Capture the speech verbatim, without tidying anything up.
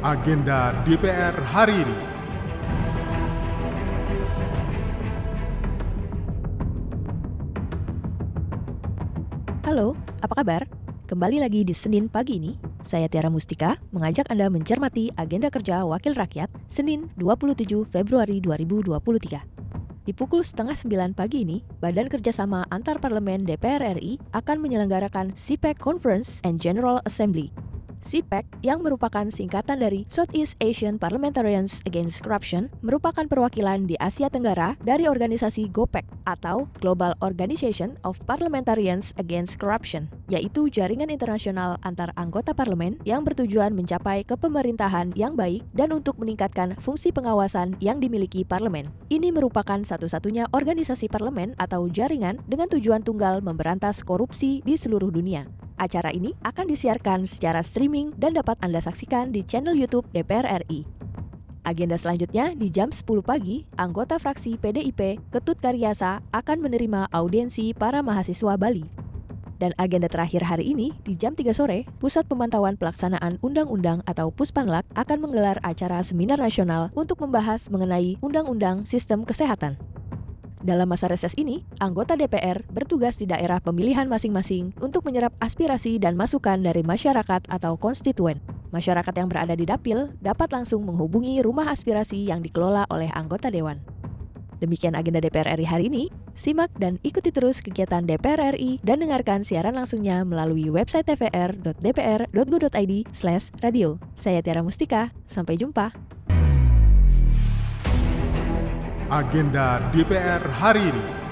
Agenda D P R hari ini. Halo, apa kabar? Kembali lagi di Senin pagi ini, saya Tiara Mustika mengajak Anda mencermati agenda kerja Wakil Rakyat Senin dua puluh tujuh Februari dua ribu dua puluh tiga. Di pukul setengah sembilan pagi ini, Badan Kerjasama Antar Parlemen D P R R I akan menyelenggarakan S I P E C Conference and General Assembly. S I P E C yang merupakan singkatan dari Southeast Asian Parliamentarians Against Corruption merupakan perwakilan di Asia Tenggara dari organisasi GOPEC atau Global Organization of Parliamentarians Against Corruption, yaitu jaringan internasional antar anggota parlemen yang bertujuan mencapai kepemerintahan yang baik dan untuk meningkatkan fungsi pengawasan yang dimiliki parlemen. Ini merupakan satu-satunya organisasi parlemen atau jaringan dengan tujuan tunggal memberantas korupsi di seluruh dunia. Acara ini akan disiarkan secara streaming dan dapat Anda saksikan di channel YouTube D P R R I. Agenda selanjutnya di jam sepuluh pagi, anggota fraksi P D I P Ketut Karyasa akan menerima audiensi para mahasiswa Bali. Dan agenda terakhir hari ini di jam tiga sore, Pusat Pemantauan Pelaksanaan Undang-Undang atau Puspanlak akan menggelar acara seminar nasional untuk membahas mengenai Undang-Undang Sistem Kesehatan. Dalam masa reses ini, anggota D P R bertugas di daerah pemilihan masing-masing untuk menyerap aspirasi dan masukan dari masyarakat atau konstituen. Masyarakat yang berada di dapil dapat langsung menghubungi rumah aspirasi yang dikelola oleh anggota dewan. Demikian agenda D P R R I hari ini. Simak dan ikuti terus kegiatan D P R R I dan dengarkan siaran langsungnya melalui website t v r dot d p r dot go dot i d slash radio. Saya Tiara Mustika, sampai jumpa. Agenda D P R hari ini.